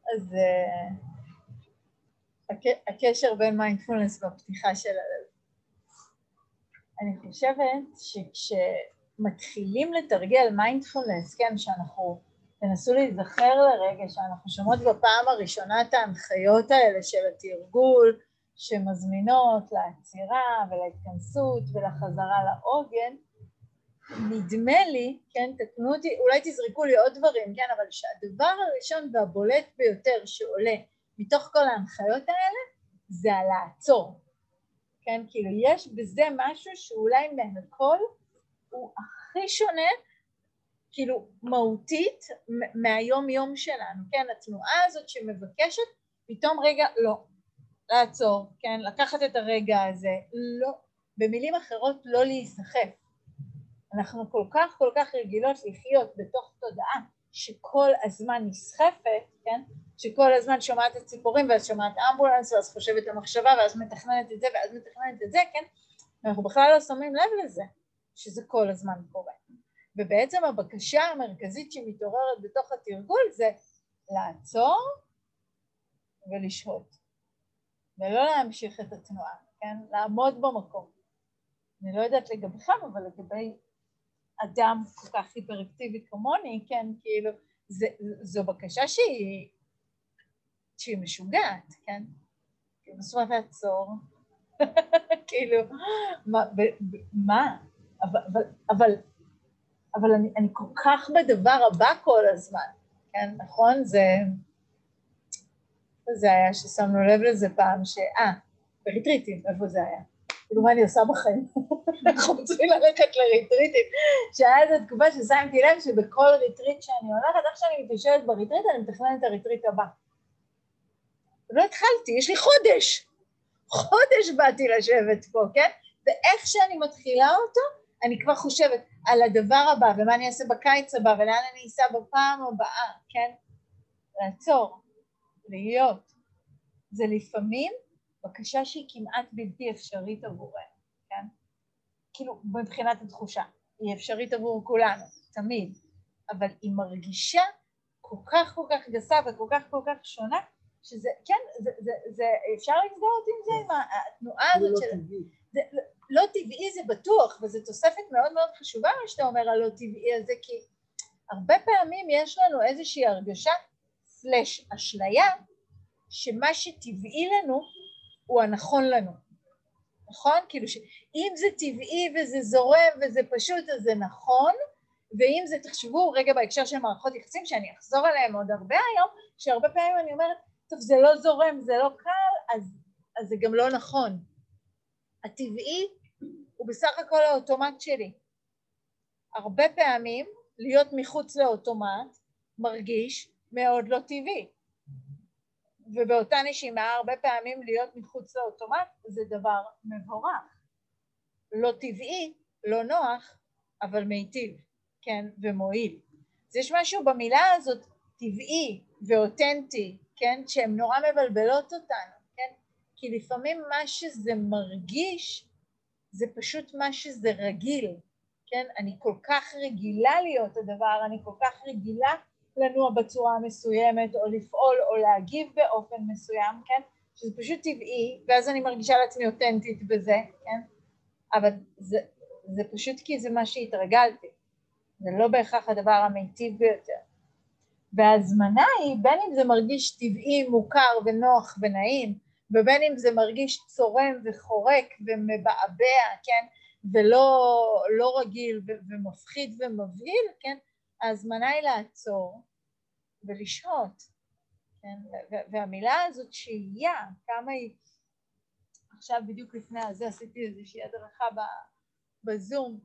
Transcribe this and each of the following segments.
אז הקשר בין מיינדפולנס והפתיחה של הלב. אני חושבת שכשמתחילים לתרגל מיינדפולנס, כן, שאנחנו תנסו להיזכר לרגע שאנחנו שומעות בפעם הראשונה את ההנחיות האלה של התרגול שמזמינות לעצירה ולהתכנסות ולחזרה לעוגן, נדמה לי, כן, תקנו אותי, אולי תזרקו לי עוד דברים, כן, אבל שהדבר הראשון והבולט ביותר שעולה מתוך כל ההנחיות האלה זה על לעצור, כן, כאילו יש בזה משהו שאולי מהכל הוא הכי שונה, כאילו מהותית מהיום יום שלנו, כן, התנועה הזאת שמבקשת פתאום רגע לא, לעצור, כן, לקחת את הרגע הזה, לא, במילים אחרות לא להיסחף. אנחנו כל כך רגילות לחיות בתוך תודעה שכל הזמן נסחפת, כן? שכל הזמן שומעת את ציפורים ואז שומעת אמבולנס ואז חושבת למחשבה ואז מתכננת את זה ואז מתכננת את זה, כן? אנחנו בכלל לא שמים לב לזה, שזה כל הזמן קורה. ובעצם הבקשה המרכזית שמתעוררת בתוך התרגול זה לעצור ולשהות. ולא להמשיך את התנועה, כן? לעמוד במקום. אני לא יודעת לגביכם, אבל לגבי אדם כל כך היפראקטיבי כמוני, כן, כאילו, זו בקשה שהיא משוגעת, כן? כאילו, בסוף לעצור, כאילו, מה? אבל אני כל כך בדבר הבא כל הזמן, כן, נכון? זה היה ששמנו לב לזה פעם, בריטריטים, איפה זה היה? כאילו מה אני עושה בחיים? אנחנו רוצים ללכת לריטריטים, שהיה איזו תקופה ששמתי לב שבכל ריטריט שאני הולכת, איך שאני מתיישבת בריטריט, אני מתכננת את הריטריט הבא. לא התחלתי, יש לי חודש באתי לשבת פה, כן? ואיך שאני מתחילה אותו, אני כבר חושבת על הדבר הבא, ומה אני אעשה בקיץ הבא, ולאן אני אסע בפעם הבאה, כן? לעצור, להיות. זה לפעמים בקשה שהיא כמעט בלתי אפשרית עבורנו, כן? כאילו, מבחינת התחושה, היא אפשרית עבור כולנו, תמיד, אבל היא מרגישה כל כך גסה וכל כך שונה, שזה, כן, זה אפשר לבדוק עם זה, עם התנועה הזאת של... זה לא טבעי זה בטוח, וזו תוספת מאוד חשובה מה שאתה אומר הלא טבעי הזה, כי הרבה פעמים יש לנו איזושהי הרגשה סלש אשליה, שמה שטבעי לנו הוא הנכון לנו, נכון? כאילו שאם זה טבעי וזה זורם וזה פשוט אז זה נכון, ואם זה תחשבו רגע בהקשר של מערכות יחסים שאני אחזור עליהם עוד הרבה היום, שהרבה פעמים אני אומרת טוב זה לא זורם זה לא קל אז זה גם לא נכון. הטבעי הוא בסך הכל האוטומט שלי. הרבה פעמים להיות מחוץ לאוטומט מרגיש מאוד לא טבעי, ובאותה נשימה הרבה פעמים להיות מחוץ לאוטומט זה דבר מבורך, לא טבעי, לא נוח, אבל מיטיב, כן, ומועיל. אז יש משהו במילה הזאת טבעי ואותנטי, כן, שהן נורא מבלבלות אותנו, כן, כי לפעמים מה שזה מרגיש זה פשוט מה שזה רגיל, כן, אני כל כך רגילה להיות הדבר, אני כל כך רגילה לנוע בצורה מסוימת או לפעול או להגיב באופן מסוים, כן, שזה פשוט טבעי, ואז אני מרגישה לעצמי אותנטית בזה, כן, אבל זה פשוט כי זה מה שהתרגלתי, זה לא בהכרח הדבר המיטיב ביותר. והזמנה היא בין אם זה מרגיש טבעי, מוכר ונוח ונעים, ובין אם זה מרגיש צורם וחורק ומבעבע, כן, ולא רגיל ומפחיד ומבהיל, כן, הזמנה היא לעצור ולשהות, כן, והמילה הזאת שהייה, כמה היא, עכשיו בדיוק לפני הזה עשיתי איזושהי הדרכה בזום,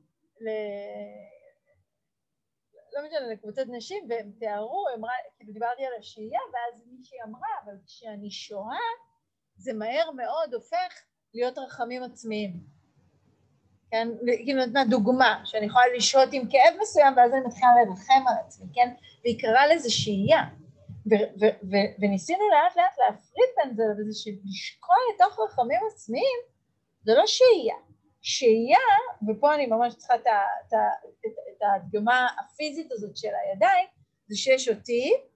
לא משנה, לקבוצת נשים, והם תיארו, כאילו דיברתי על השהייה, ואז מישהי אמרה, אבל כשאני שוהה, זה מהר מאוד הופך להיות רחמים עצמיים. כן, כאילו נתנה דוגמה, שאני יכולה לשהות עם כאב מסוים, ואז אני מתחילה לרחם על עצמי, כן, והיא קראה לזה שהייה, וניסינו לאט להפריד בין זה, וזה שלשקוע לתוך רחמים עצמיים, זה לא שהייה. שהייה, ופה אני ממש צריכה את ההדגמה הפיזית הזאת של הידיים, זה שיש אותי,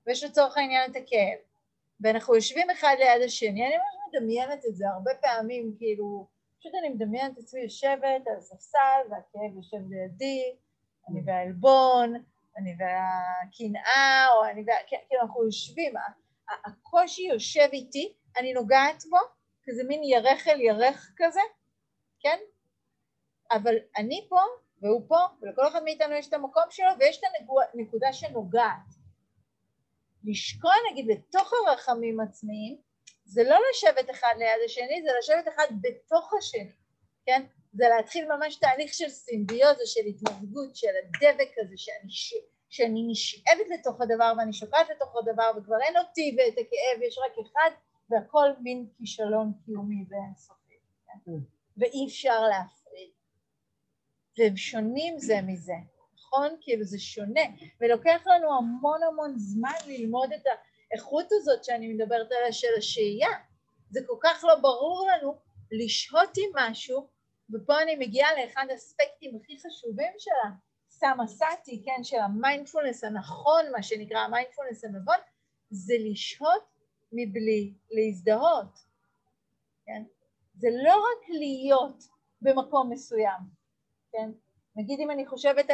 ויש לצורך העניין את הכאב, ואנחנו יושבים אחד ליד השני, אני ממש מדמיינת את זה הרבה פעמים, כאילו, פשוט אני מדמיינת את עצמי יושבת על ספסל, והכאב יושב לידי, אני והעלבון, אני והקנאה, או אני כאילו אנחנו יושבים, הקושי יושב איתי, אני נוגעת בו, כזה מין ירך אל ירך כזה, כן? אבל אני פה, והוא פה, ולכל אחד מאיתנו יש את המקום שלו, ויש את הנקודה שנוגעת. לשקוע נגיד לתוך הרחמים עצמיים, זה לא לשבת אחד ליד השני, זה לשבת אחד בתוך השני, כן? זה להתחיל ממש תהליך של סימביוזה, של התמזגות, של הדבק הזה, שאני נשאבת לתוך הדבר ואני שוקעת לתוך הדבר, וכבר אין אותי ואת הכאב, יש רק אחד, והכל מין כישלון קיומי ואינסופי, כן? ואי אפשר להפריד. והם שונים זה מזה, נכון? כאילו זה שונה, ולוקח לנו המון המון זמן ללמוד את האיכות הזאת שאני מדברת עליה של השהייה. זה כל כך לא ברור לנו לשהות עם משהו, ופה אני מגיעה לאחד האספקטים הכי חשובים של הסמאסטי, כן, של המיינדפולנס הנכון, מה שנקרא המיינדפולנס הנבון, זה לשהות מבלי להזדהות, כן? זה לא רק להיות במקום מסוים, כן? נגיד אם אני חושבת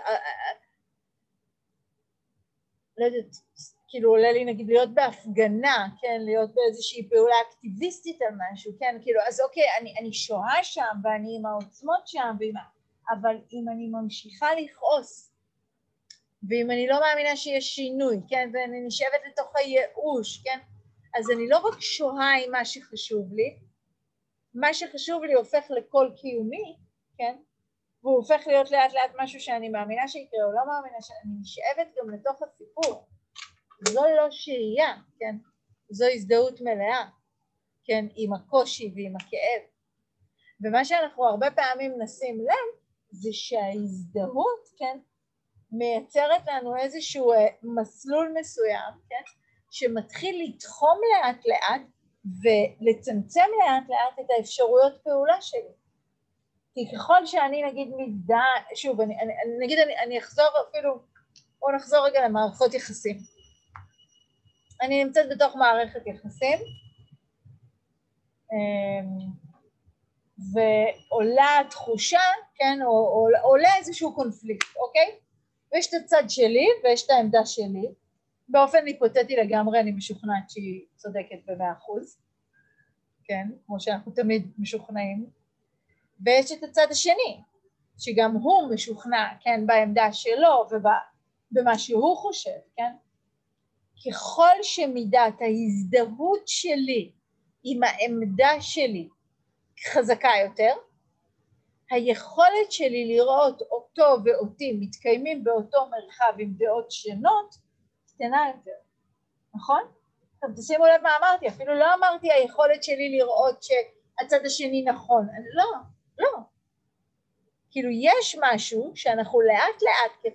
לא יודעת, כאילו עולה לי נגיד להיות בהפגנה, כן, להיות באיזושהי פעולה אקטיביסטית על משהו, כן, כאילו אז אוקיי, אני שוהה שם ואני עם העוצמות שם, אבל אם אני ממשיכה לכעוס, ואם אני לא מאמינה שיש שינוי, כן, ואני נשאבת לתוך הייאוש, כן, אז אני לא רק שוהה עם מה שחשוב לי, מה שחשוב לי הופך לכל קיומי, כן, והוא הופך להיות לאט לאט משהו שאני מאמינה שיקרה או לא מאמינה, שאני נשאבת גם לתוך הסיפור. זו לא שהייה, כן? זו הזדהות מלאה, כן? עם הקושי ועם הכאב. ומה שאנחנו הרבה פעמים נשים לב, זה שההזדהות, כן? מייצרת לנו איזשהו מסלול מסוים, כן? שמתחיל לתחום לאט לאט, ולצמצם לאט לאט את האפשרויות פעולה שלי. כי ככל שאני נגיד מידע, שוב, אני אחזור אפילו, או נחזור רגע למערכות יחסים. אני נמצאת בתוך מערכת יחסים, ועולה תחושה, כן, או עולה איזשהו קונפליקט, אוקיי? ויש את הצד שלי ויש את העמדה שלי, באופן היפותטי לגמרי אני משוכנעת שהיא צודקת ב100%, כן, כמו שאנחנו תמיד משוכנעים, ויש את הצד השני, שגם הוא משוכנע, כן, בעמדה שלו ובמה שהוא חושב, כן? ככל שמידת ההזדהות שלי עם העמדה שלי חזקה יותר, היכולת שלי לראות אותו ואותי מתקיימים באותו מרחב עם דעות שונות, קטנה יותר, נכון? עכשיו תשימו לב מה אמרתי, אפילו לא אמרתי היכולת שלי לראות שהצד השני נכון, לא. כאילו יש משהו שאנחנו לאט לאט,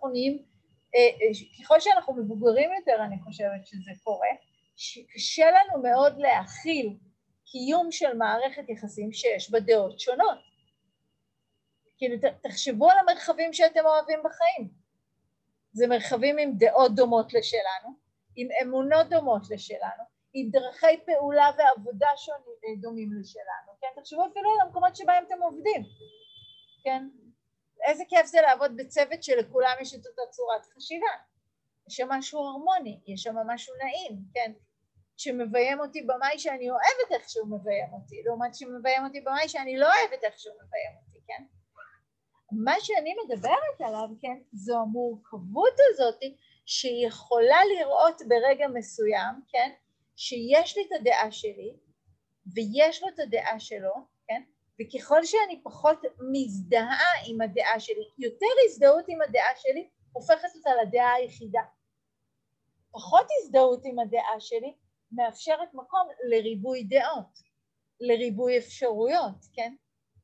ככל שאנחנו מבוגרים יותר, אני חושבת שזה קורה, שקשה לנו מאוד להכיל קיום של מערכת יחסים שיש בה דעות שונות. כאילו תחשבו על המרחבים שאתם אוהבים בחיים. זה מרחבים עם דעות דומות לשלנו, עם אמונות דומות לשלנו, עם דרכי פעולה ועבודה דומים לשלנו, כן? תחשבו אפילו על המקומות שבהם אתם עובדים. כן? איזה כיף זה לעבוד בצוות שלכולם יש את אותה צורת חשיבה. יש שם משהו הרמוני, יש שם משהו נעים, כן? שמביים אותי במאי שאני אוהבת איך שהוא מביים אותי, לעומת שמביים אותי במאי שאני לא אוהבת איך שהוא מביים אותי, כן? מה שאני מדברת עליו, כן, זו המורכבות הזאת שיכולה לראות ברגע מסוים, כן, שיש לי את הדעה שלי ויש לו את הדעה שלו, כן? וככל שאני פחות מזדהה עם הדעה שלי, יותר הזדהות עם הדעה שלי הופכת אותה לדעה היחידה. פחות הזדהות עם הדעה שלי מאפשרת מקום לריבוי דעות, לריבוי אפשרויות, כן?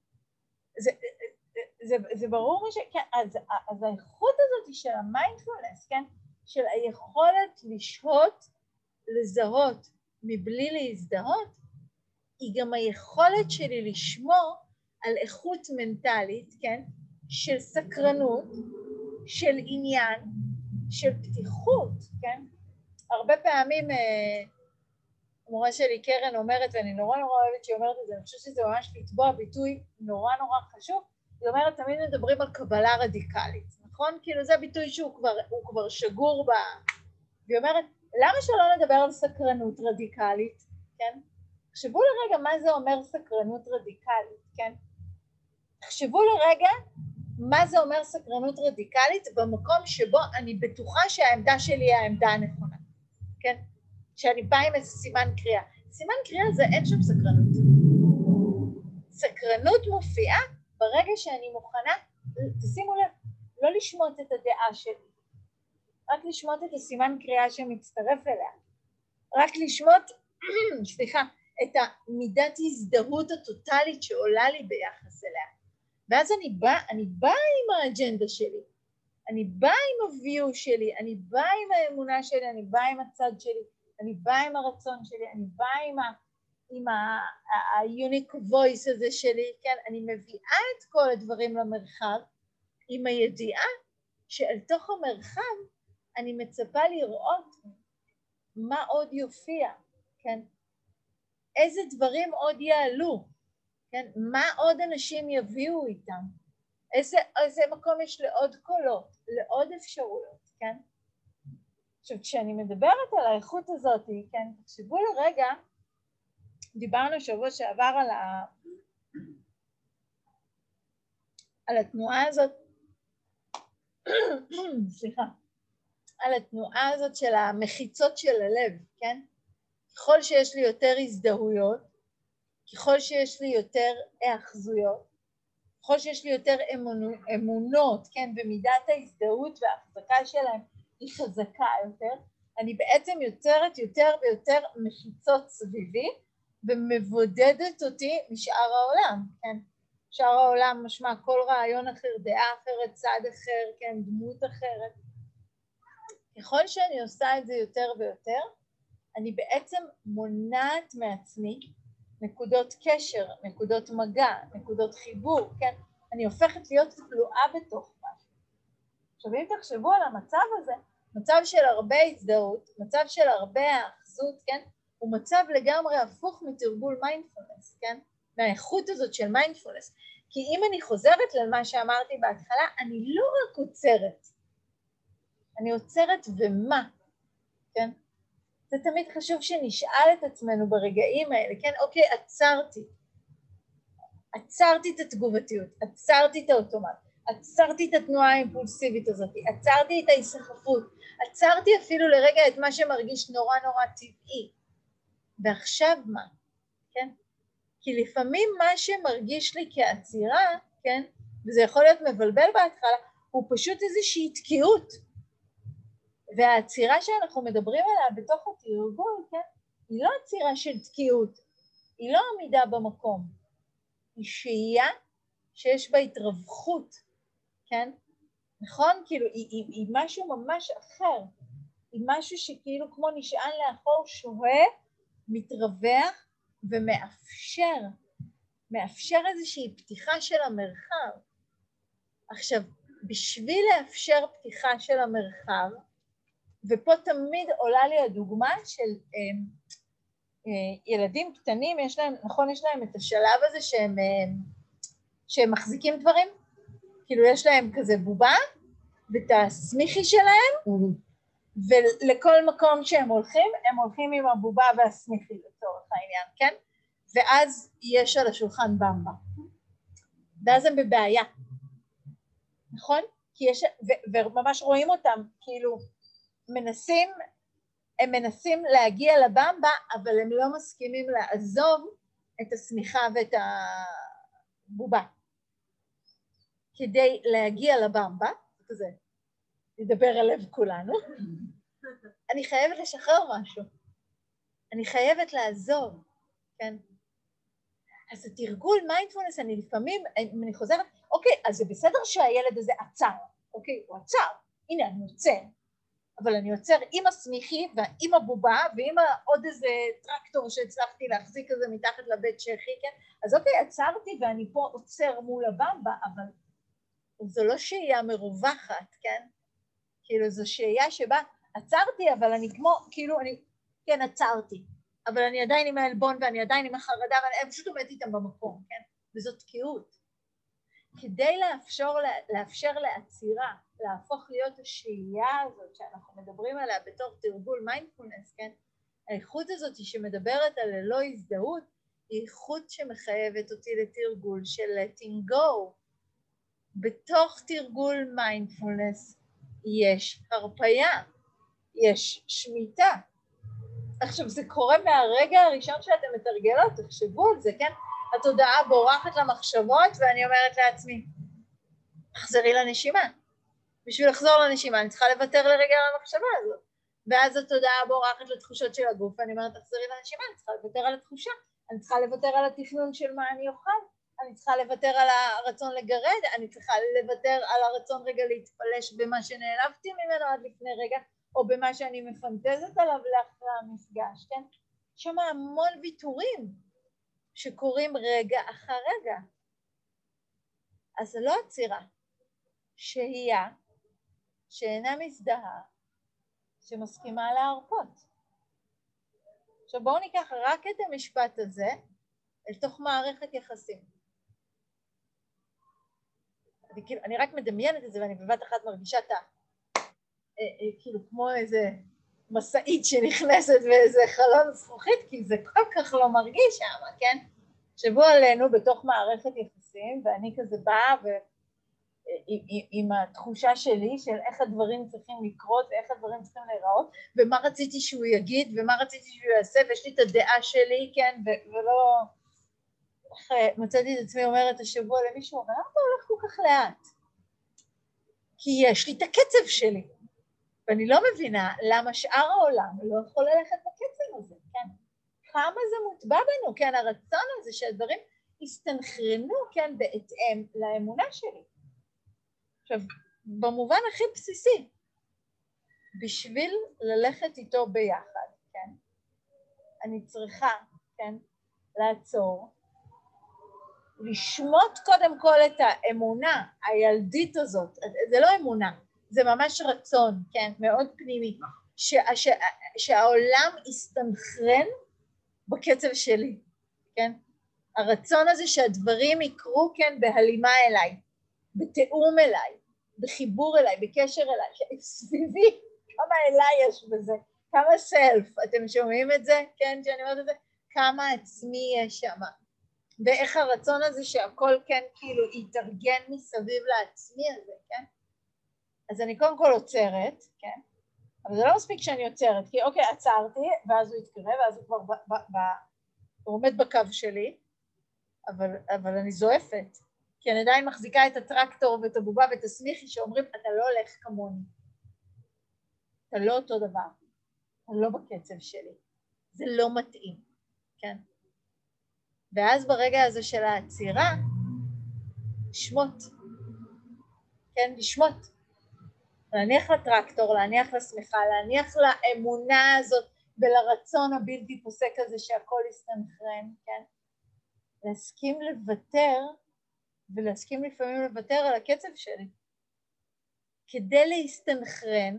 זה ברור מה כן, אז האיכות הזאת של המיינדפולנס, כן? של היכולת לשהות, לזהות מבלי להזדהות, היא גם היכולת שלי לשמור על איכות מנטלית, כן? של סקרנות, של עניין, של פתיחות, כן? הרבה פעמים המורה שלי קרן אומרת, ואני נורא אוהבת שהיא אומרת את זה, אני חושבת שזה ממש לטבוע ביטוי נורא חשוב, היא אומרת, תמיד מדברים על קבלה רדיקלית, נכון? כאילו זה ביטוי שהוא כבר שגור בה, והיא אומרת, למה שלא נדבר על סקרנות רדיקלית, כן? תחשבו לרגע מה זה אומר סקרנות רדיקלית, כן? תחשבו לרגע מה זה אומר סקרנות רדיקלית במקום שבו אני בטוחה שהעמדה שלי היא העמדה הנכונה, כן? שאני באה עם איזה סימן קריאה. סימן קריאה זה אין שם סקרנות. סקרנות מופיעה ברגע שאני מוכנה, תשימו לב, לא לשמוט את הדעה שלי, רק לשמוט את הסימן קריאה שמצטרף אליה, רק לשמוט, סליחה, את המידת הזדהות הטוטלית שעולה לי ביחס אליה. ואז אני באה עם האג'נדה שלי, אני באה עם הוויו שלי, אני באה עם האמונה שלי, אני באה עם הצד שלי, אני באה עם הרצון שלי, אני באה עם ה-unique voice הזה שלי, כן? אני מביאה את כל הדברים למרחב, עם הידיעה שאל תוך המרחב אני מצפה לראות מה עוד יופיע, כן? איזה דברים עוד יעלו, כן? מה עוד אנשים יביאו איתם? איזה מקום יש לעוד קולות, לעוד אפשרויות, כן? עכשיו, כשאני מדברת על האיכות הזאת, כן, תחשבו לרגע, דיברנו שבוע שעבר על התנועה הזאת, סליחה, על התנועה הזאת של המחיצות של הלב, כן? ככל שיש לי יותר הזדהויות, ככל שיש לי יותר האחזויות, ככל שיש לי יותר אמונות, כן, ומידת ההזדהות וההחזקה שלהם היא חזקה יותר, אני בעצם יוצרת יותר ויותר מחיצות סביבי, ומבודדת אותי משאר העולם, כן? שאר העולם משמע כל רעיון אחר, דעה אחרת, צד אחר, כן, דמות אחרת. ככל שאני עושה את זה יותר ויותר, אני בעצם מונעת מעצמי נקודות קשר, נקודות מגע, נקודות חיבור, כן? אני הופכת להיות כלואה בתוך משהו. עכשיו אם תחשבו על המצב הזה, מצב של הרבה הזדהות, מצב של הרבה האחזות, כן? הוא מצב לגמרי הפוך מתרגול מיינדפולנס, כן? מהאיכות הזאת של מיינדפולנס. כי אם אני חוזרת למה שאמרתי בהתחלה, אני לא רק עוצרת, אני עוצרת ומה, כן? זה תמיד חשוב שנשאל את עצמנו ברגעים האלה, כן? אוקיי, עצרתי את התגובתיות, עצרתי את האוטומט, עצרתי את התנועה האימפולסיבית הזאת, עצרתי את ההיסחפות, עצרתי אפילו לרגע את מה שמרגיש נורא טבעי. ועכשיו מה? כן? כי לפעמים מה שמרגיש לי כעצירה, כן? וזה יכול להיות מבלבל בהתחלה, הוא פשוט איזושהי תקיעות. והעצירה שאנחנו מדברים עליה בתוך התרגול, כן? היא לא עצירה של תקיעות, היא לא עמידה במקום, היא שהייה שיש בה התרווחות, כן? נכון? כאילו, היא משהו ממש אחר, היא משהו שכאילו כמו נשען לאחור, שוהה, מתרווח מאפשר איזושהי פתיחה של המרחב. עכשיו, בשביל לאפשר פתיחה של המרחב, ופה תמיד עולה לי הדוגמה של ילדים קטנים, יש להם, נכון, יש להם את השלב הזה שהם מחזיקים דברים, כאילו יש להם כזה בובה, ואת הסמיכי שלהם, ולכל מקום שהם הולכים, הם הולכים עם הבובה והסמיכי לצורך העניין, כן? ואז יש על השולחן במבה. ואז הם בבעיה, נכון? כי יש, וממש רואים אותם, כאילו, הם מנסים להגיע לבמבה, אבל הם לא מסכימים לעזוב את הסמיכה ואת הבובה. כדי להגיע לבמבה, כזה, לדבר על לב כולנו, אני חייבת לשחרר משהו. אני חייבת לעזוב, כן? אז התרגול מיינדפולנס, אני לפעמים, אני חוזרת, אוקיי, אז זה בסדר שהילד הזה עצר, אוקיי, הוא עצר, הנה אני עוצר, אבל אני עוצר עם הסמיכי ועם הבובה ועם עוד איזה טרקטור שהצלחתי להחזיק כזה מתחת לבית שחי, כן? אז אוקיי, עצרתי ואני פה עוצר מול הבמבה, אבל זו לא שהייה מרווחת, כן? כאילו זו שהייה שבה עצרתי, אבל אני כמו, כאילו אני, כן, עצרתי, אבל אני עדיין עם העלבון ואני עדיין עם החרדה, ואני פשוט עומדת איתם במקום, כן? וזאת תקיעות. כדי לאפשר לעצירה, להפוך להיות השהייה הזאת שאנחנו מדברים עליה בתור תרגול מיינדפולנס, כן? האיכות הזאת שמדברת על ללא הזדהות, היא איכות שמחייבת אותי לתרגול של letting go. בתוך תרגול מיינדפולנס יש הרפיה, יש שמיטה. עכשיו זה קורה מהרגע הראשון שאתם מתרגלות, תחשבו על זה, כן? התודעה בורחת למחשבות ואני אומרת לעצמי, תחזרי לנשימה. בשביל לחזור לנשימה אני צריכה לוותר לרגע על המחשבה הזאת. ואז התודעה בורחת לתחושות של הגוף ואני אומרת, תחזרי לנשימה, אני צריכה לוותר על התחושה. אני צריכה לוותר על התכנון של מה אני אוכל. אני צריכה לוותר על הרצון לגרד. אני צריכה לוותר על הרצון רגע להתפלש במה שנעלבתי ממנו עד לפני רגע, או במה שאני מפנטזת עליו לאחרי המפגש, כן? יש שם המון ויתורים שקורים רגע אחר רגע. אז זה לא עצירה, שהייה, שאינה מזדהה, שמסכימה להרפות. עכשיו בואו ניקח רק את המשפט הזה אל תוך מערכת יחסים. אני רק מדמיינת את זה ואני בבת אחת מרגישה את כאילו כמו איזה מסעית שנכנסת באיזה חלון זכוכית, כי זה כל כך לא מרגיש שם, כן? שבו עלינו בתוך מערכת יחסים, ואני כזה באה עם התחושה שלי של איך הדברים צריכים לקרות ואיך הדברים צריכים להיראות, ומה רציתי שהוא יגיד ומה רציתי שהוא יעשה, ויש לי את הדעה שלי, כן? ולא... מצאתי את עצמי אומרת השבוע למישהו, אבל למה אתה הולך כל כך לאט? כי יש לי את הקצב שלי. ואני לא מבינה למה שאר העולם לא יכול ללכת בקצב הזה, כן? כמה זה מוטבע בנו, כן? הרצון הזה שהדברים יסתנכרנו, כן? בהתאם לאמונה שלי. עכשיו, במובן הכי בסיסי, בשביל ללכת איתו ביחד, כן? אני צריכה, כן? לעצור, לשמוט קודם כל את האמונה הילדית הזאת, זה לא אמונה, זה ממש רצון, כן, מאוד פנימי, שהעולם יסתנכרן בקצב שלי, כן? הרצון הזה שהדברים יקרו, כן, בהלימה אליי, בתאום אליי, בחיבור אליי, בקשר אליי, סביבי, כמה אליי יש בזה, כמה סלף, אתם שומעים את זה, כן, שאני אומרת את זה, כמה עצמי יש שם, ואיך הרצון הזה שהכל, כן, כאילו יתארגן מסביב לעצמי הזה, כן? אז אני קודם כל עוצרת, כן? אבל זה לא מספיק שאני עוצרת, כי אוקיי, עצרתי, ואז הוא יתקרב, ואז הוא כבר הוא עומד בקו שלי, אבל אני זועפת, כי אני עדיין מחזיקה את הטרקטור ואת הבובה ואת הסמיכי שאומרים, אתה לא הולך כמוני, אתה לא אותו דבר, אתה לא בקצב שלי, זה לא מתאים, כן? ואז ברגע הזה של העצירה, לשמוט, כן, לשמוט. להניח לטרקטור, להניח לשמחה, להניח לאמונה הזאת ולרצון הבלתי פוסק הזה שהכל יסתנכרן, כן? להסכים לוותר, ולהסכים לפעמים לוותר על הקצב שלי. כדי להסתנכרן,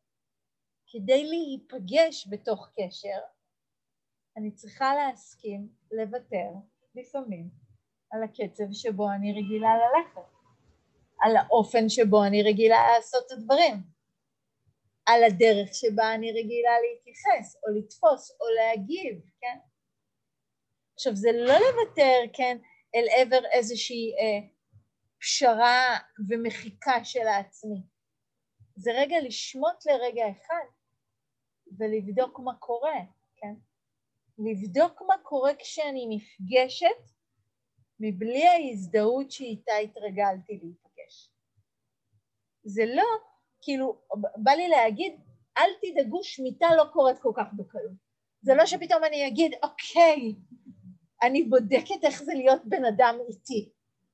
כדי להיפגש בתוך קשר, אני צריכה להסכים לוותר לפעמים על הקצב שבו אני רגילה ללכת. על האופן שבו אני רגילה לעשות את הדברים, על הדרך שבה אני רגילה להתייחס, או לתפוס, או להגיב, כן? עכשיו, זה לא לוותר, כן, אל עבר איזושהי פשרה ומחיקה של העצמי. זה רגע לשמוט לרגע אחד, ולבדוק מה קורה, כן? לבדוק מה קורה כשאני נפגשת, מבלי ההזדהות שאיתה התרגלתי להיפגש. זה לא, כאילו, בא לי להגיד, אל תדאגו, שמיטה לא קורית כל כך בקלות. זה לא שפתאום אני אגיד, אוקיי, אני בודקת איך זה להיות בן אדם איתי.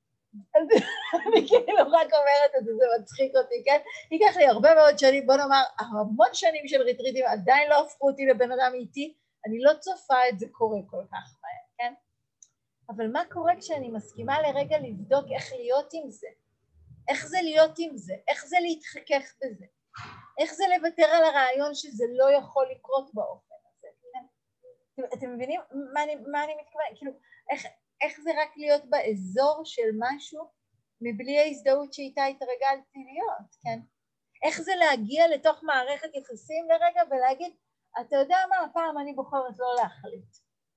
אני כאילו רק אומרת את זה, זה מצחיק אותי, כן? ייקח לי הרבה מאוד שנים, בוא נאמר, המון שנים של ריטריטים, עדיין לא הפכו אותי לבן אדם איתי, אני לא צופה את זה קורה כל כך מהר, כן? אבל מה קורה כשאני מסכימה לרגע לבדוק איך להיות עם זה? איך זה להיות עם זה? איך זה להתחכך בזה? איך זה לוותר על הרעיון שזה לא יכול לקרות באופן הזה, כן? אתם מבינים מה אני מתכוונת? כאילו, איך זה רק להיות באזור של משהו מבלי ההזדהות שאיתה התרגלתי להיות, כן? איך זה להגיע לתוך מערכת יחסים לרגע ולהגיד, אתה יודע מה, הפעם אני בוחרת לא להחליט.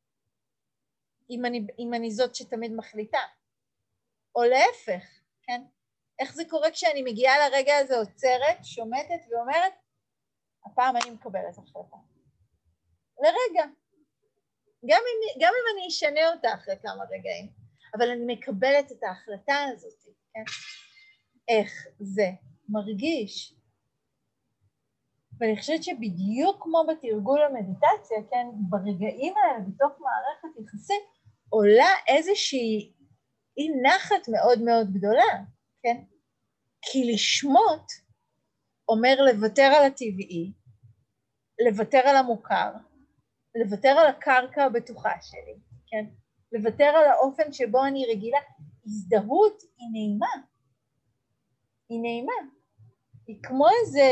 אם אני זאת שתמיד מחליטה. או להפך, כן? איך זה קורה כשאני מגיעה לרגע הזה, עוצרת, שומטת ואומרת, הפעם אני מקבלת החלטה. לרגע. גם אם אני אשנה אותה אחרי כמה רגעים, אבל אני מקבלת את ההחלטה הזאת, כן? איך זה מרגיש? ואני חושבת שבדיוק כמו בתרגול המדיטציה, כן, ברגעים האלה בתוך מערכת יחסית, עולה איזושהי אי נחת מאוד מאוד גדולה, כן? כי לשמות אומר לוותר על הטבעי, לוותר על המוכר, לוותר על הקרקע הבטוחה שלי, כן? לוותר על האופן שבו אני רגילה. הזדהות היא נעימה. היא נעימה. היא כמו איזה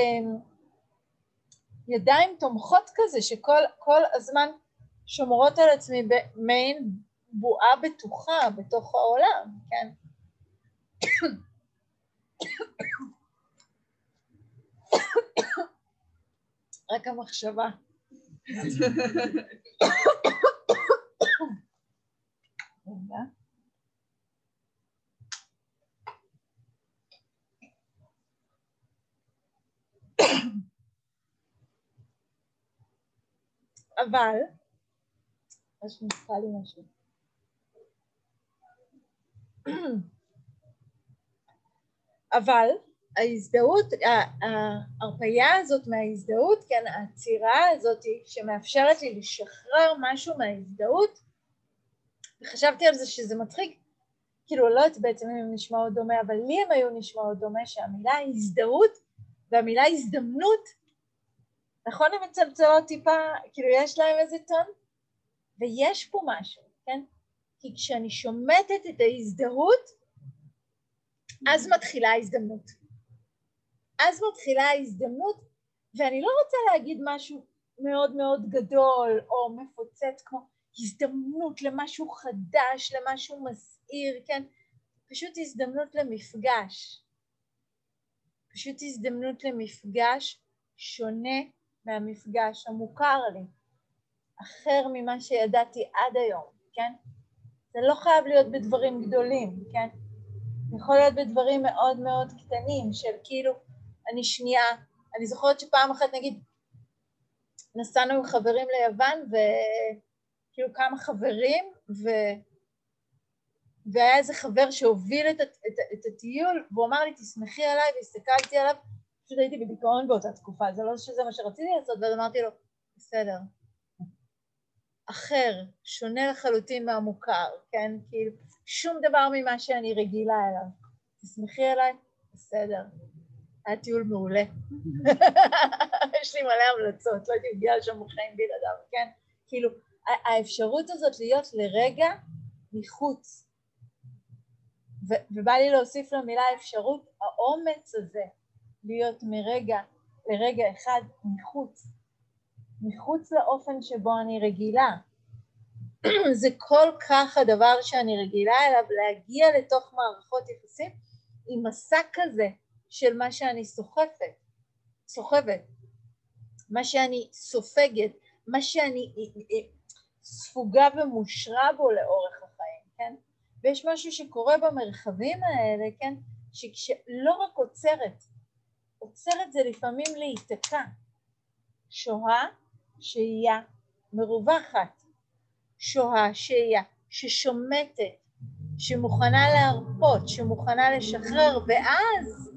ידיים תומכות כזה, שכל הזמן שומרות על עצמי במעין בועה בטוחה בתוך העולם, כן? רק המחשבה. אבל, יש נפקע לי משהו. אבל ההזדהות, ההרפאיה הזאת מההזדהות, כן, העצירה הזאת שמאפשרת לי לשחרר משהו מההזדהות, וחשבתי על זה שזה מצחיק, כאילו לא יודעת בעצם אם הם נשמעות דומה, אבל לי הם היו נשמעות דומה שהמילה הזדהות והמילה הזדמנות, נכון הם מצלצלות טיפה, כאילו יש להם איזה טון? ויש פה משהו, כן? כי כשאני שומטת את ההזדהות, אז מתחילה ההזדמנות. אז מתחילה ההזדמנות, ואני לא רוצה להגיד משהו מאוד מאוד גדול או מפוצץ כמו הזדמנות למשהו חדש, למשהו מסעיר, כן? פשוט הזדמנות למפגש. פשוט הזדמנות למפגש שונה מהמפגש המוכר לי, אחר ממה שידעתי עד היום, כן? זה לא חייב להיות בדברים גדולים, כן? זה יכול להיות בדברים מאוד מאוד קטנים, של כאילו, אני זוכרת שפעם אחת נגיד, נסענו עם חברים ליוון, וכאילו כמה חברים, והיה איזה חבר שהוביל את הטיול, והוא אמר לי, תשמחי עליי, והסתכלתי עליו, פשוט הייתי בדיכאון באותה תקופה, זה לא שזה מה שרציתי לעשות, ואז אמרתי לו, בסדר. אחר, שונה לחלוטין מהמוכר, כן? כאילו, שום דבר ממה שאני רגילה אליו. תשמחי עליי, בסדר. היה טיול מעולה. יש לי מלא המלצות, לא הייתי מגיעה לשם בחיים בלעדיו, כן? כאילו, האפשרות הזאת להיות לרגע מחוץ, ובא לי להוסיף למילה אפשרות, האומץ הזה להיות לרגע אחד מחוץ לאופן שבו אני רגילה. זה כל כך הדבר שאני רגילה אליו, להגיע לתוך מערכות יחסים עם מסע כזה של מה שאני סוחבת, מה שאני סופגת, מה שאני ספוגה ומושרה בו לאורך החיים, כן? ויש משהו שקורה במרחבים האלה, כן? שכשלא רק עוצרת זה לפעמים להיתקע. שוהה, שהייה, מרווחת. שוהה, שהייה, ששומטת, שמוכנה להרפות, שמוכנה לשחרר, ואז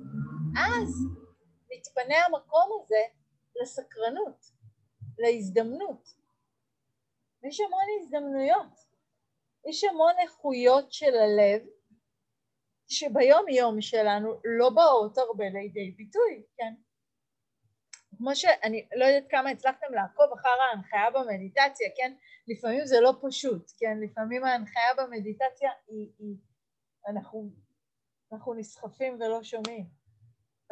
מתפנה המקום הזה לסקרנות, להזדמנות. יש המון הזדמנויות, יש המון איכויות של הלב, שביום יום שלנו לא באות הרבה לידי ביטוי, כן? כמו שאני לא יודעת כמה הצלחתם לעקוב אחר ההנחיה במדיטציה, כן? לפעמים זה לא פשוט, כן? לפעמים ההנחיה במדיטציה אנחנו נסחפים ולא שומעים.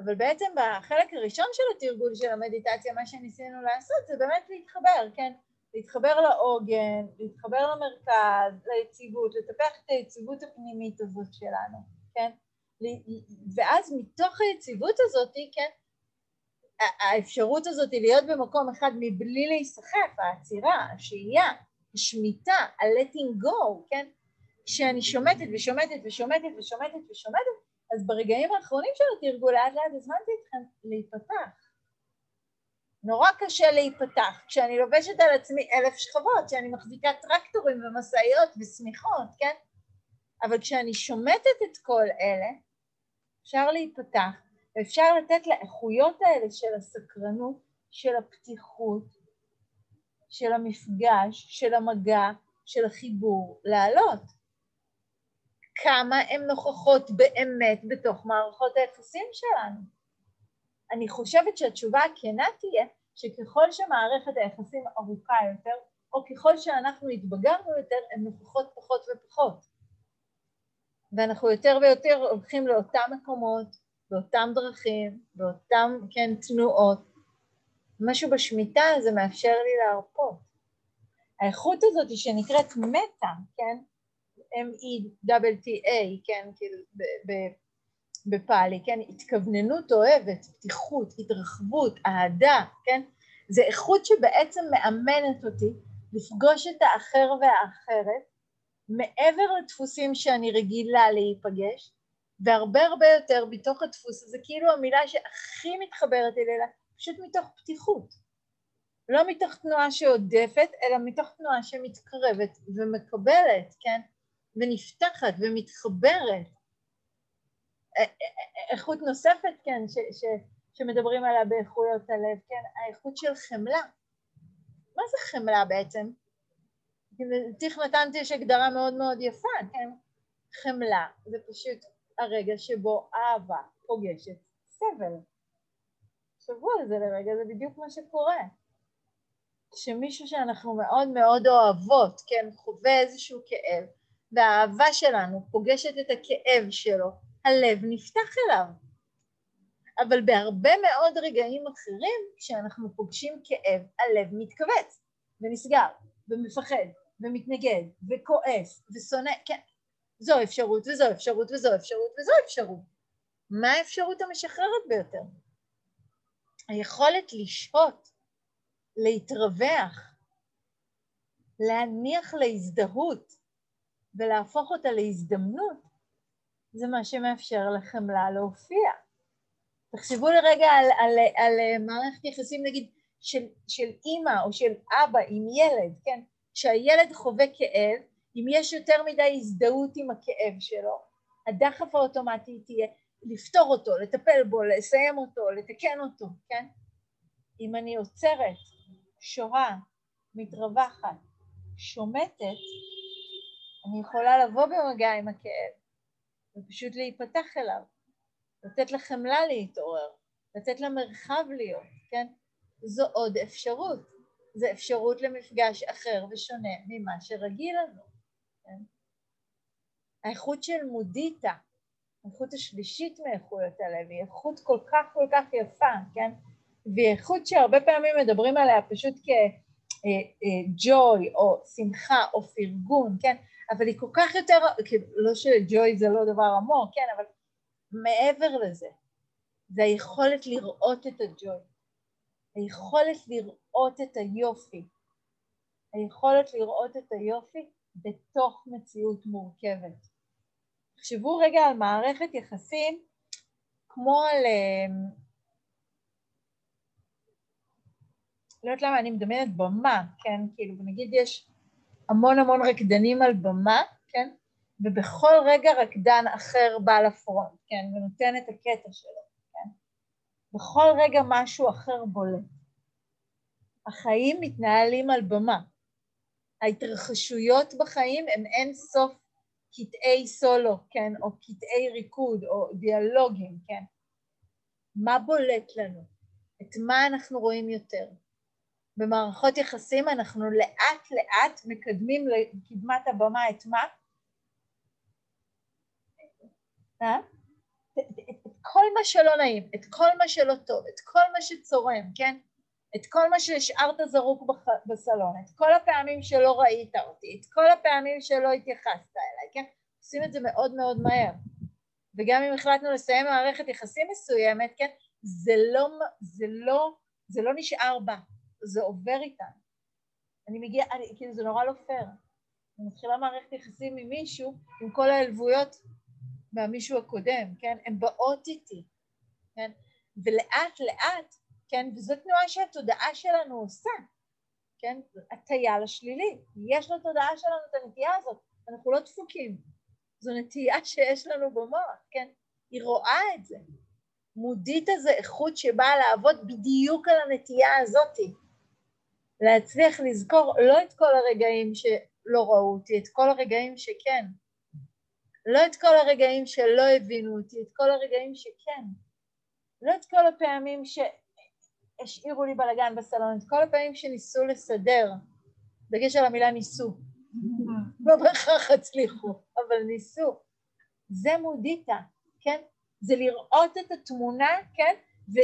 אבל בעצם בחלק הראשון של התרגול של המדיטציה, מה שניסינו לעשות זה באמת להתחבר, כן? להתחבר לעוגן, להתחבר למרכז, ליציבות, לטפח את היציבות הפנימית הזאת שלנו, כן? ואז מתוך היציבות הזאת, כן? האפשרות הזאת היא להיות במקום אחד מבלי להיסחף, העצירה, השהייה, השמיטה, ה-letting go, כן? כשאני שומטת ושומטת ושומטת ושומטת ושומטת, אז ברגעים האחרונים של התרגול לאט לאט הזמנתי אתכם להיפתח. נורא קשה להיפתח, כשאני לובשת על עצמי 1000 שכבות, כשאני מחזיקה טרקטורים ומסעיות וסמיכות, כן? אבל כשאני שומטת את כל אלה, אפשר להיפתח, ואפשר לתת לאיכויות האלה של הסקרנות, של הפתיחות, של המפגש, של המגע, של החיבור, לעלות. כמה הן נוכחות באמת בתוך מערכות היחסים שלנו. אני חושבת שהתשובה הכנה תהיה שככל שמערכת היחסים ארוכה יותר, או ככל שאנחנו התבגרנו יותר, הן נוכחות פחות ופחות. ואנחנו יותר ויותר הולכים לאותם מקומות, באותם דרכים, באותם, כן, תנועות. משהו בשמיטה הזה מאפשר לי להרפות. האיכות הזאת שנקראת מטה, כן? M-E-T-T-A, כן? כאילו בפאלי, כן? התכווננות אוהבת, פתיחות, התרחבות, אהדה, כן? זה איכות שבעצם מאמנת אותי לפגוש את האחר והאחרת, מעבר לדפוסים שאני רגילה להיפגש, והרבה הרבה יותר בתוך הדפוס הזה, כאילו המילה שהכי מתחברת אליה, פשוט מתוך פתיחות. לא מתוך תנועה שעודפת, אלא מתוך תנועה שמתקרבת ומקבלת, כן? ונפתחת ומתחברת. איכות נוספת, כן, שמדברים עליה באיכויות הלב, כן? האיכות של חמלה. מה זה חמלה בעצם? תיך נתנתי יש הגדרה מאוד מאוד יפה, כן? חמלה זה פשוט הרגע שבו אהבה פוגשת סבל. שבו על זה לרגע, זה בדיוק מה שקורה. כשמישהו שאנחנו מאוד מאוד אוהבות, כן, חווה איזשהו כאב, והאהבה שלנו פוגשת את הכאב שלו, הלב נפתח אליו. אבל בהרבה מאוד רגעים אחרים, כשאנחנו פוגשים כאב, הלב מתכווץ ונסגר ומפחד ומתנגד וכועס ושונא, כן, זו אפשרות וזו אפשרות וזו אפשרות וזו אפשרות. מה האפשרות המשחררת ביותר? היכולת לשהות, להתרווח, להניח להזדהות ולהפוך אותה להזדמנות, זה מה שמאפשר לחמלה להופיע. תחשבו לרגע על מערכת יחסים נגיד של אימא או של אבא עם ילד, כן? כשהילד חווה כאב, אם יש יותר מדי הזדהות עם הכאב שלו, הדחף האוטומטי תהיה לפתור אותו, לטפל בו, לסיים אותו, לתקן אותו, כן? אם אני עוצרת, שוהה, מתרווחת, שומטת, אני יכולה לבוא במגע עם הכאב ופשוט להיפתח אליו, לתת לחמלה להתעורר, לתת למרחב להיות, כן? זו עוד אפשרות. זו אפשרות למפגש אחר ושונה ממה שרגיל לנו, כן? האיכות של מודיטה, האיכות השלישית מאיכויות הלב, היא איכות כל כך יפה, כן? והיא איכות שהרבה פעמים מדברים עליה פשוט כג'וי או שמחה או פרגון, כן? אבל היא כל כך יותר, לא שג'וי זה לא דבר עמוק, כן? אבל מעבר לזה, זה היכולת לראות את הג'וי, היכולת לראות את היופי, היכולת לראות את היופי בתוך מציאות מורכבת. תחשבו רגע על מערכת יחסים כמו על, לא יודעת למה אני מדמיינת במה, כן? כאילו נגיד יש המון רקדנים על במה, כן? ובכל רגע רקדן אחר בא לפרונט, כן? ונותן את הקטע שלו, כן? בכל רגע משהו אחר בולט. החיים מתנהלים על במה. ההתרחשויות בחיים הם אין סוף קטעי סולו, כן? או קטעי ריקוד, או דיאלוגים, כן? מה בולט לנו? את מה אנחנו רואים יותר? במערכות יחסים אנחנו לאט לאט מקדמים לקדמת הבמה את מה? את כל מה שלא נעים, את כל מה שלא טוב, את כל מה שצורם, כן? את כל מה שהשארת זרוק בסלון, את כל הפעמים שלא ראית אותי, את כל הפעמים שלא התייחסת אליי, כן? עושים את זה מאוד מאוד מהר. וגם אם החלטנו לסיים מערכת יחסים מסוימת, כן? זה לא נשאר בה, זה עובר איתנו. כאילו זה נורא לא פייר. אני מתחילה מערכת יחסים עם מישהו, עם כל העלבויות מהמישהו הקודם, כן? הן באות איתי, כן? ולאט לאט, כן? וזו תנועה שהתודעה שלנו עושה, כן? הטיה לשלילי. יש לתודעה שלנו את הנטייה הזאת, אנחנו לא דפוקים. זו נטייה שיש לנו במוח, כן? היא רואה את זה. מודית זה איכות שבאה לעבוד בדיוק על הנטייה הזאת. להצליח לזכור לא את כל הרגעים שלא ראו אותי, את כל הרגעים שכן. לא את כל הרגעים שלא הבינו אותי, את כל הרגעים שכן. לא את כל הפעמים שהשאירו לי בלגן בסלון, את כל הפעמים שניסו לסדר. דגש על המילה ניסו. לא בהכרח הצליחו, אבל ניסו. זה מודיטה, כן? זה לראות את התמונה, כן?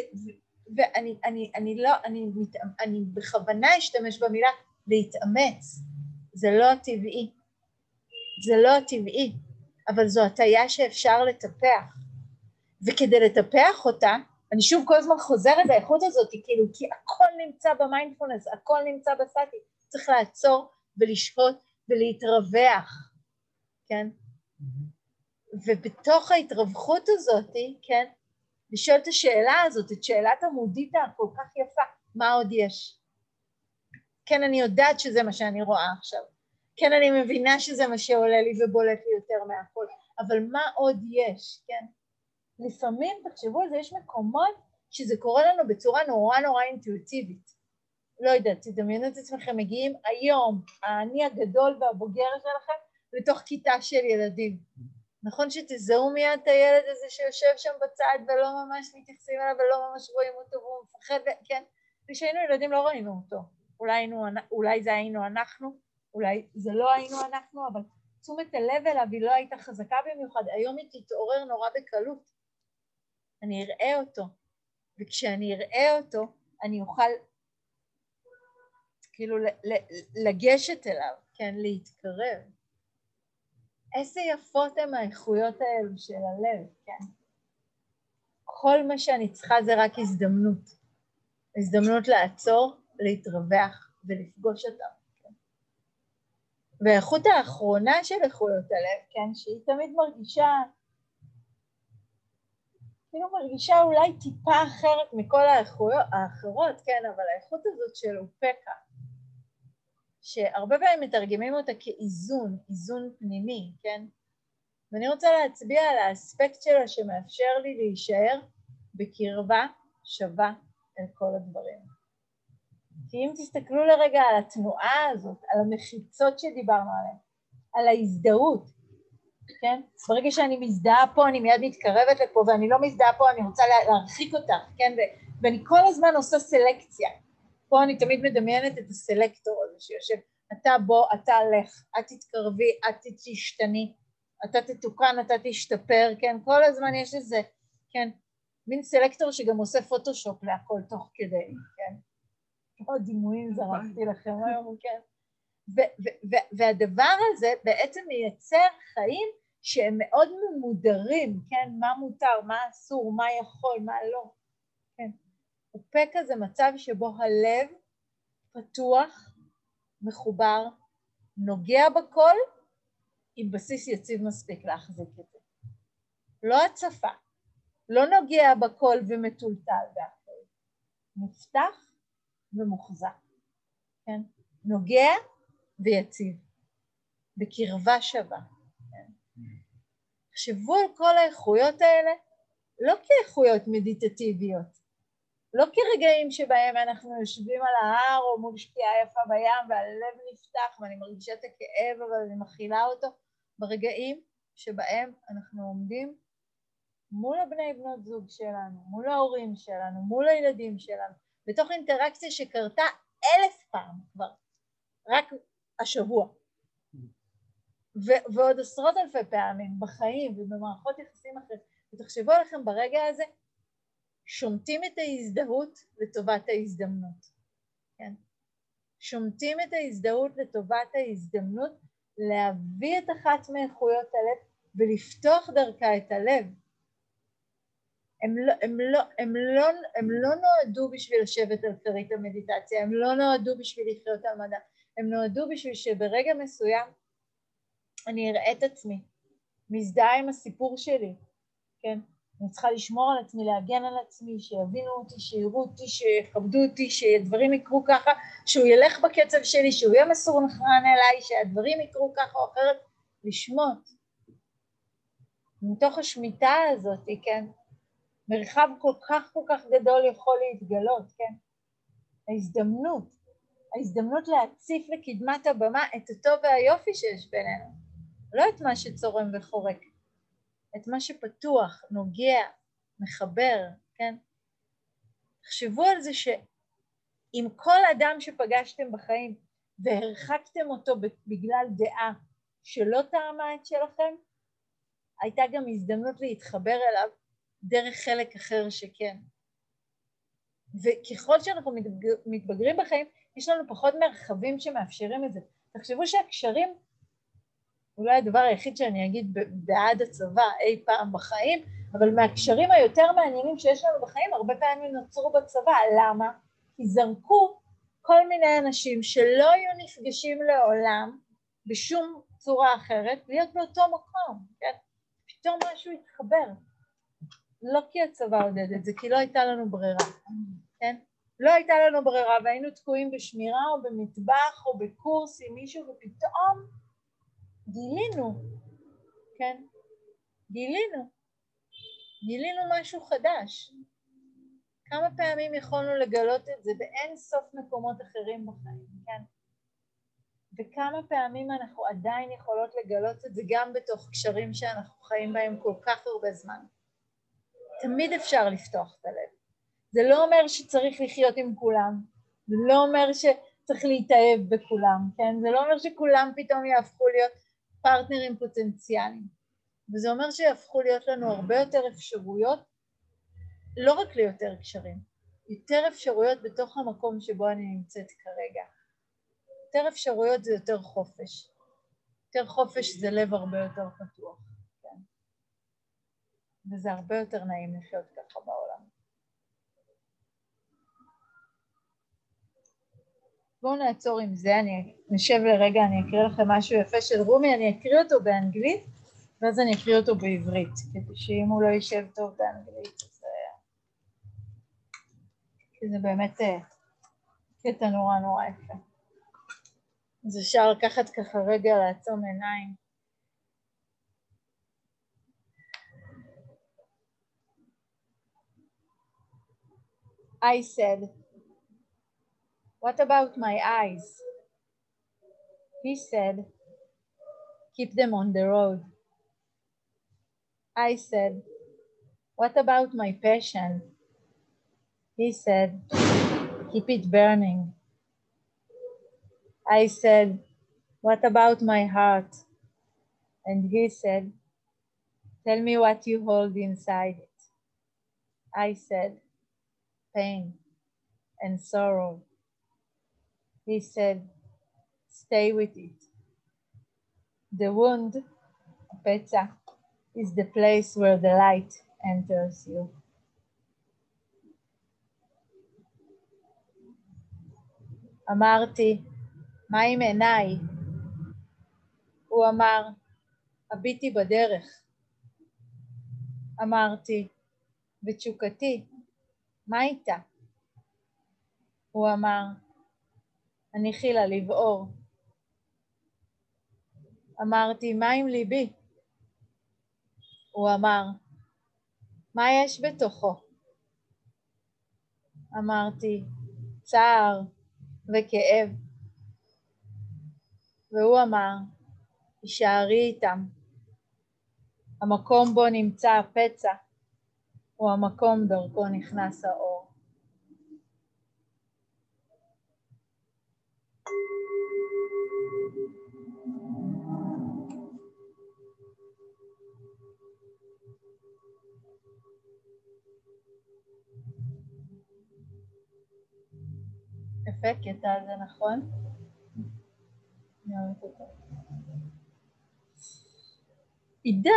ואני בכוונה אשתמש במילה להתאמץ. זה לא הטבעי. זה לא הטבעי, אבל זו הטיה שאפשר לטפח. וכדי לטפח אותה, אני שוב כל הזמן חוזרת לאיכות הזאת, כאילו, כי הכל נמצא במיינדפולנס, הכל נמצא בסאטי. צריך לעצור ולשהות ולהתרווח, כן? ובתוך ההתרווחות הזאת, כן, לשאול את השאלה הזאת, את שאלת המודיטה הכל כך יפה, מה עוד יש? כן, אני יודעת שזה מה שאני רואה עכשיו. כן, אני מבינה שזה מה שעולה לי ובולט לי יותר מהכל, אבל מה עוד יש, כן? לפעמים, תחשבו על זה, יש מקומות שזה קורה לנו בצורה נורא אינטואיטיבית. לא יודעת, תדמיינו את עצמכם, מגיעים היום, אני הגדול והבוגר שלכם, לתוך כיתה של ילדים. נכון שתזהו מיד את הילד הזה שיושב שם בצד ולא ממש מתייחסים אליו ולא ממש רואים אותו והוא מפחד, כן? כשהיינו ילדים לא ראינו אותו. אולי זה היינו אנחנו, אולי זה לא היינו אנחנו, אבל תשומת הלב אליו היא לא הייתה חזקה במיוחד. היום היא תתעורר נורא בקלות. אני אראה אותו, וכשאני אראה אותו, אני אוכל כאילו לגשת אליו, כן? להתקרב. איזה יפות הן האיכויות האלו של הלב, כן? כל מה שאני צריכה זה רק הזדמנות. הזדמנות לעצור, להתרווח ולפגוש אותם, כן? והאיכות האחרונה של איכויות הלב, כן? שהיא תמיד מרגישה, כאילו מרגישה אולי טיפה אחרת מכל האחרות, כן? אבל האיכות הזאת של אופקה, שהרבה פעמים מתרגמים אותה כאיזון, איזון פנימי, כן? ואני רוצה להצביע על האספקט שלה שמאפשר לי להישאר בקרבה שווה אל כל הדברים. כי אם תסתכלו לרגע על התנועה הזאת, על המחיצות שדיברנו עליהן, על ההזדהות, כן? ברגע שאני מזדהה פה, אני מיד מתקרבת לפה, ואני לא מזדהה פה, אני רוצה להרחיק אותך, כן? ואני כל הזמן עושה סלקציה. פה אני תמיד מדמיינת את הסלקטור הזה שיושב, אתה בוא, אתה לך, את תתקרבי, את תשתני, אתה תתוקן, אתה תשתפר, כן? כל הזמן יש איזה, כן? מין סלקטור שגם עושה פוטושופ להכל תוך כדי, כן? עוד דימויים זרקתי לכם היום, כן? והדבר הזה בעצם מייצר חיים שהם מאוד ממודרים, כן? מה מותר, מה אסור, מה יכול, מה לא, כן? אופקה זה מצב שבו הלב פתוח, מחובר, נוגע בכל, עם בסיס יציב מספיק להחזיק את זה. לא הצפה, לא נוגע בכל ומטולטל באחרי, מפתח ומוחזק, כן? נוגע ויציב, בקרבה שווה. כן? תחשבו על כל האיכויות האלה, לא כאיכויות מדיטטיביות, לא כרגעים שבהם אנחנו יושבים על ההר או מול שקיעה יפה בים והלב נפתח ואני מרגישה את הכאב אבל אני מכילה אותו, ברגעים שבהם אנחנו עומדים מול הבני בנות זוג שלנו, מול ההורים שלנו, מול הילדים שלנו, בתוך אינטראקציה שקרתה 1000 פעם כבר, רק השבוע, ועוד עשרות אלפי פעמים בחיים ובמערכות יחסים אחרות, ותחשבו עליכם ברגע הזה, שומטים את ההזדהות לטובת ההזדמנות. כן? שומטים את ההזדהות לטובת ההזדמנות, להביא את אחת מאיכויות הלב ולפתוח דרכה את הלב. הם לא נועדו בשביל לשבת על כרית המדיטציה, הם לא נועדו בשביל לחיות על מדע, הם נועדו בשביל שברגע מסוים אני אראה את עצמי, מזדהה עם הסיפור שלי, כן? אני צריכה לשמור על עצמי, להגן על עצמי, שיבינו אותי, שיראו אותי, שיכבדו אותי, שדברים יקרו ככה, שהוא ילך בקצב שלי, שהוא יהיה מסונכרן אליי, שהדברים יקרו ככה או אחרת, לשמוט. מתוך השמיטה הזאת, כן? מרחב כל כך גדול יכול להתגלות, כן? ההזדמנות להציף לקדמת הבמה את הטוב והיופי שיש בינינו, לא את מה שצורם וחורק, את מה שפתוח, נוגע, מחבר, כן? תחשבו על זה שאם כל אדם שפגשתם בחיים והרחקתם אותו בגלל דעה שלא טעמה את שלכם, הייתה גם הזדמנות להתחבר אליו דרך חלק אחר שכן. וככל שאנחנו מתבגרים בחיים, יש לנו פחות מרחבים שמאפשרים את זה. תחשבו שהקשרים, אולי הדבר היחיד שאני אגיד בעד הצבא אי פעם בחיים, אבל מהקשרים היותר מעניינים שיש לנו בחיים, הרבה פעמים נוצרו בצבא. למה? כי זרקו כל מיני אנשים שלא היו נפגשים לעולם בשום צורה אחרת, להיות באותו מקום, כן? פתאום משהו התחבר. לא כי הצבא עודד את זה, כי לא הייתה לנו ברירה, כן? לא הייתה לנו ברירה והיינו תקועים בשמירה או במטבח או בקורס עם מישהו ופתאום גילינו, כן? גילינו משהו חדש. כמה פעמים יכולנו לגלות את זה באין סוף מקומות אחרים בחיים, כן? וכמה פעמים אנחנו עדיין יכולות לגלות את זה גם בתוך קשרים שאנחנו חיים בהם כל כך הרבה זמן. תמיד אפשר לפתוח את הלב. זה לא אומר שצריך לחיות עם כולם, זה לא אומר שצריך להתאהב בכולם, כן? זה לא אומר שכולם פתאום יהפכו להיות פרטנרים פוטנציאליים, וזה אומר שיהפכו להיות לנו הרבה יותר אפשרויות, לא רק ליותר קשרים, יותר אפשרויות בתוך המקום שבו אני נמצאת כרגע. יותר אפשרויות זה יותר חופש. יותר חופש זה לב הרבה יותר פתוח, כן? וזה הרבה יותר נעים לחיות ככה בעולם. בואו נעצור עם זה, אני נשב לרגע, אני אקריא לכם משהו יפה של רומי, אני אקריא אותו באנגלית, ואז אני אקריא אותו בעברית, כדי שאם הוא לא יישב טוב באנגלית, כי זה באמת קטע נורא יפה. אז אפשר לקחת ככה רגע לעצום עיניים. I said, "What about my eyes?" He said, "Keep them on the road." I said, "What about my passion?" He said, "Keep it burning." I said, "What about my heart?" And he said, "Tell me what you hold inside it." I said, "Pain and sorrow." He said, "Stay with it." The wound, peta, is the place where the light enters you. אמרתי, מה עם עיניי? הוא אמר, הביטי בדרך. אמרתי, ותשוקתי, מה איתה? הוא אמר, הניחי לה לבעור. אמרתי, מה עם ליבי? הוא אמר, מה יש בתוכו? אמרתי, צער וכאב. והוא אמר, תישארי איתם. המקום בו נמצא הפצע הוא המקום דרכו נכנס האור. יפה, קטע זה נכון. עידן